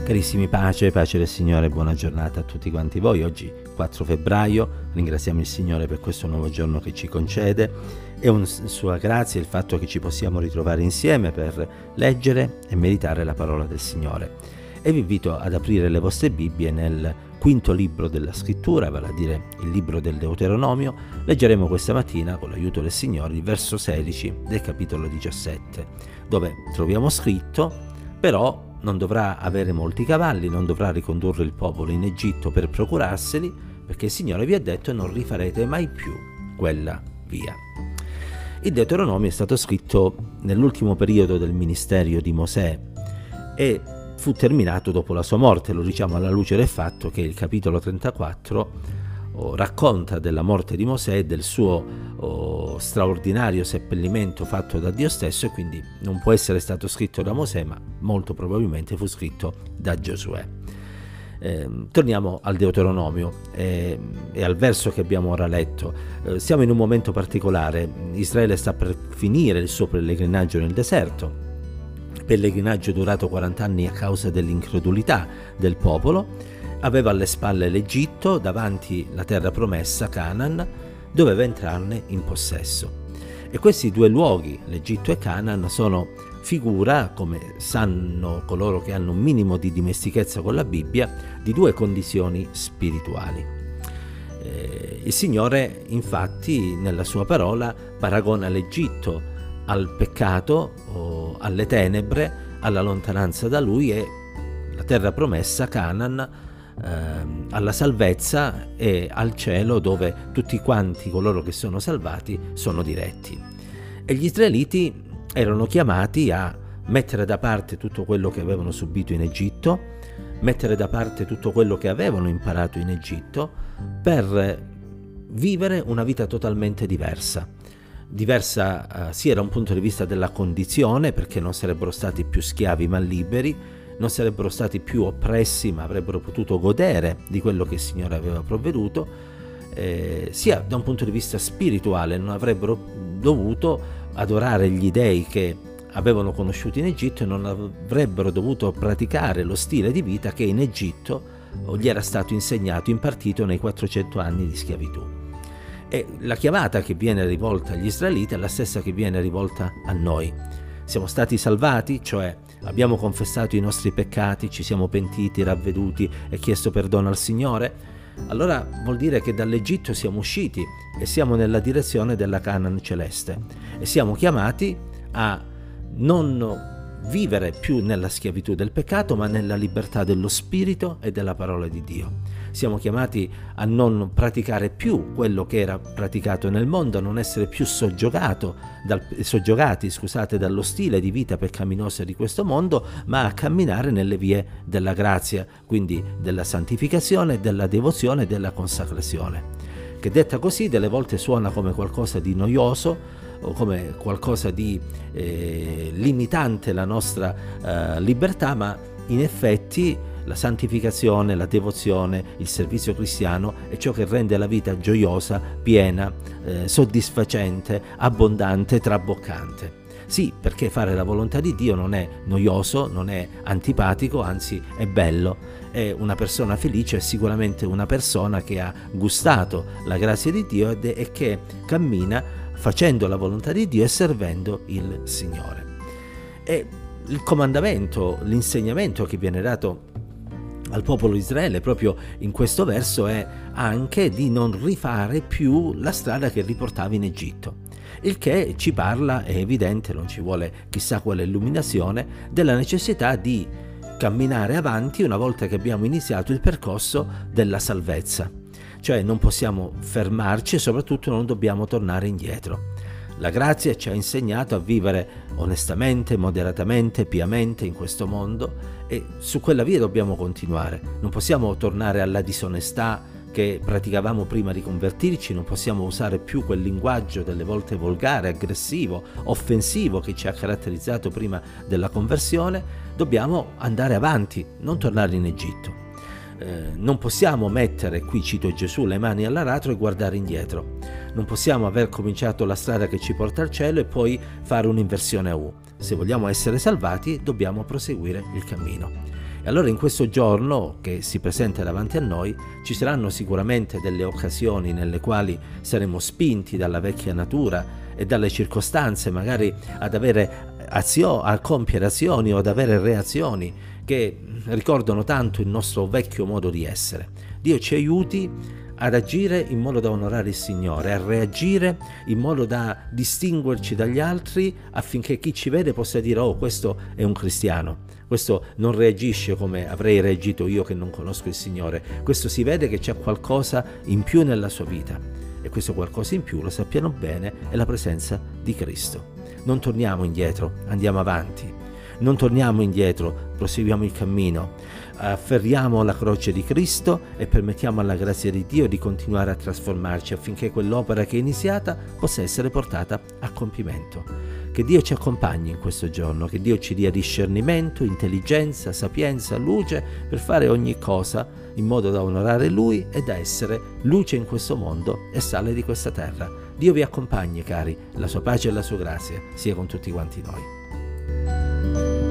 Carissimi, pace del Signore, buona giornata a tutti quanti voi. Oggi 4 febbraio, ringraziamo il Signore per questo nuovo giorno che ci concede e sua grazia il fatto che ci possiamo ritrovare insieme per leggere e meditare la parola del Signore. E vi invito ad aprire le vostre Bibbie nel quinto libro della scrittura, vale a dire il libro del Deuteronomio. Leggeremo questa mattina, con l'aiuto del Signore, il verso 16 del capitolo 17, dove troviamo scritto: però non dovrà avere molti cavalli, non dovrà ricondurre il popolo in Egitto per procurarseli, perché il Signore vi ha detto: non rifarete mai più quella via. Il Deuteronomio è stato scritto nell'ultimo periodo del ministero di Mosè e fu terminato dopo la sua morte. Lo diciamo alla luce del fatto che il capitolo 34 racconta della morte di Mosè e del suo straordinario seppellimento fatto da Dio stesso, e quindi non può essere stato scritto da Mosè, ma molto probabilmente fu scritto da Giosuè. Torniamo al Deuteronomio e al verso che abbiamo ora letto. Siamo in un momento particolare. Israele sta per finire il suo pellegrinaggio nel deserto, pellegrinaggio durato 40 anni a causa dell'incredulità del popolo. Aveva alle spalle l'Egitto, davanti la terra promessa, Canaan, doveva entrarne in possesso. E questi due luoghi, l'Egitto e Canaan, sono figura, come sanno coloro che hanno un minimo di dimestichezza con la Bibbia, di due condizioni spirituali. Il Signore, infatti, nella sua parola paragona l'Egitto al peccato, alle tenebre, alla lontananza da Lui, e la terra promessa, Canaan, alla salvezza e al cielo, dove tutti quanti coloro che sono salvati sono diretti. E gli israeliti erano chiamati a mettere da parte tutto quello che avevano subito in Egitto, mettere da parte tutto quello che avevano imparato in Egitto, per vivere una vita totalmente diversa sia da un punto di vista della condizione, perché non sarebbero stati più schiavi ma liberi, non sarebbero stati più oppressi ma avrebbero potuto godere di quello che il Signore aveva provveduto, sia da un punto di vista spirituale, non avrebbero dovuto adorare gli dei che avevano conosciuto in Egitto e non avrebbero dovuto praticare lo stile di vita che in Egitto gli era stato insegnato, impartito nei 400 anni di schiavitù. E la chiamata che viene rivolta agli israeliti è la stessa che viene rivolta a noi. Siamo stati salvati, cioè abbiamo confessato i nostri peccati, ci siamo pentiti, ravveduti e chiesto perdono al Signore. Allora vuol dire che dall'Egitto siamo usciti e siamo nella direzione della Canaan celeste, e siamo chiamati a non vivere più nella schiavitù del peccato, ma nella libertà dello Spirito e della parola di Dio. Siamo chiamati a non praticare più quello che era praticato nel mondo, a non essere più soggiogati dallo stile di vita peccaminosa di questo mondo, ma a camminare nelle vie della grazia, quindi della santificazione, della devozione e della consacrazione, che detta così delle volte suona come qualcosa di noioso o come qualcosa di limitante la nostra libertà, ma in effetti la santificazione, la devozione, il servizio cristiano è ciò che rende la vita gioiosa, piena, soddisfacente, abbondante, traboccante. Sì, perché fare la volontà di Dio non è noioso, non è antipatico, anzi è bello. È una persona felice, è sicuramente una persona che ha gustato la grazia di Dio e che cammina facendo la volontà di Dio e servendo il Signore. E il comandamento, l'insegnamento che viene dato al popolo di Israele proprio in questo verso è anche di non rifare più la strada che riportava in Egitto, il che ci parla, è evidente, non ci vuole chissà quale illuminazione, della necessità di camminare avanti una volta che abbiamo iniziato il percorso della salvezza, cioè non possiamo fermarci e soprattutto non dobbiamo tornare indietro. La grazia ci ha insegnato a vivere onestamente, moderatamente, piamente in questo mondo, e su quella via dobbiamo continuare. Non possiamo tornare alla disonestà che praticavamo prima di convertirci, non possiamo usare più quel linguaggio delle volte volgare, aggressivo, offensivo che ci ha caratterizzato prima della conversione. Dobbiamo andare avanti, non tornare in Egitto. Non possiamo mettere, qui cito Gesù, le mani all'aratro e guardare indietro. Non possiamo aver cominciato la strada che ci porta al cielo e poi fare un'inversione a U. Se vogliamo essere salvati, dobbiamo proseguire il cammino. E allora in questo giorno che si presenta davanti a noi ci saranno sicuramente delle occasioni nelle quali saremo spinti dalla vecchia natura e dalle circostanze magari a compiere azioni o ad avere reazioni che ricordano tanto il nostro vecchio modo di essere. Dio ci aiuti ad agire in modo da onorare il Signore, a reagire in modo da distinguerci dagli altri, affinché chi ci vede possa dire: oh, questo è un cristiano, questo non reagisce come avrei reagito io che non conosco il Signore, questo si vede che c'è qualcosa in più nella sua vita, e questo qualcosa in più, lo sappiamo bene, è la presenza di Cristo. Non torniamo indietro, andiamo avanti, non torniamo indietro, proseguiamo il cammino, afferriamo la croce di Cristo e permettiamo alla grazia di Dio di continuare a trasformarci affinché quell'opera che è iniziata possa essere portata a compimento. Che Dio ci accompagni in questo giorno, che Dio ci dia discernimento, intelligenza, sapienza, luce per fare ogni cosa in modo da onorare Lui e da essere luce in questo mondo e sale di questa terra. Dio vi accompagni, cari, la sua pace e la sua grazia sia con tutti quanti noi.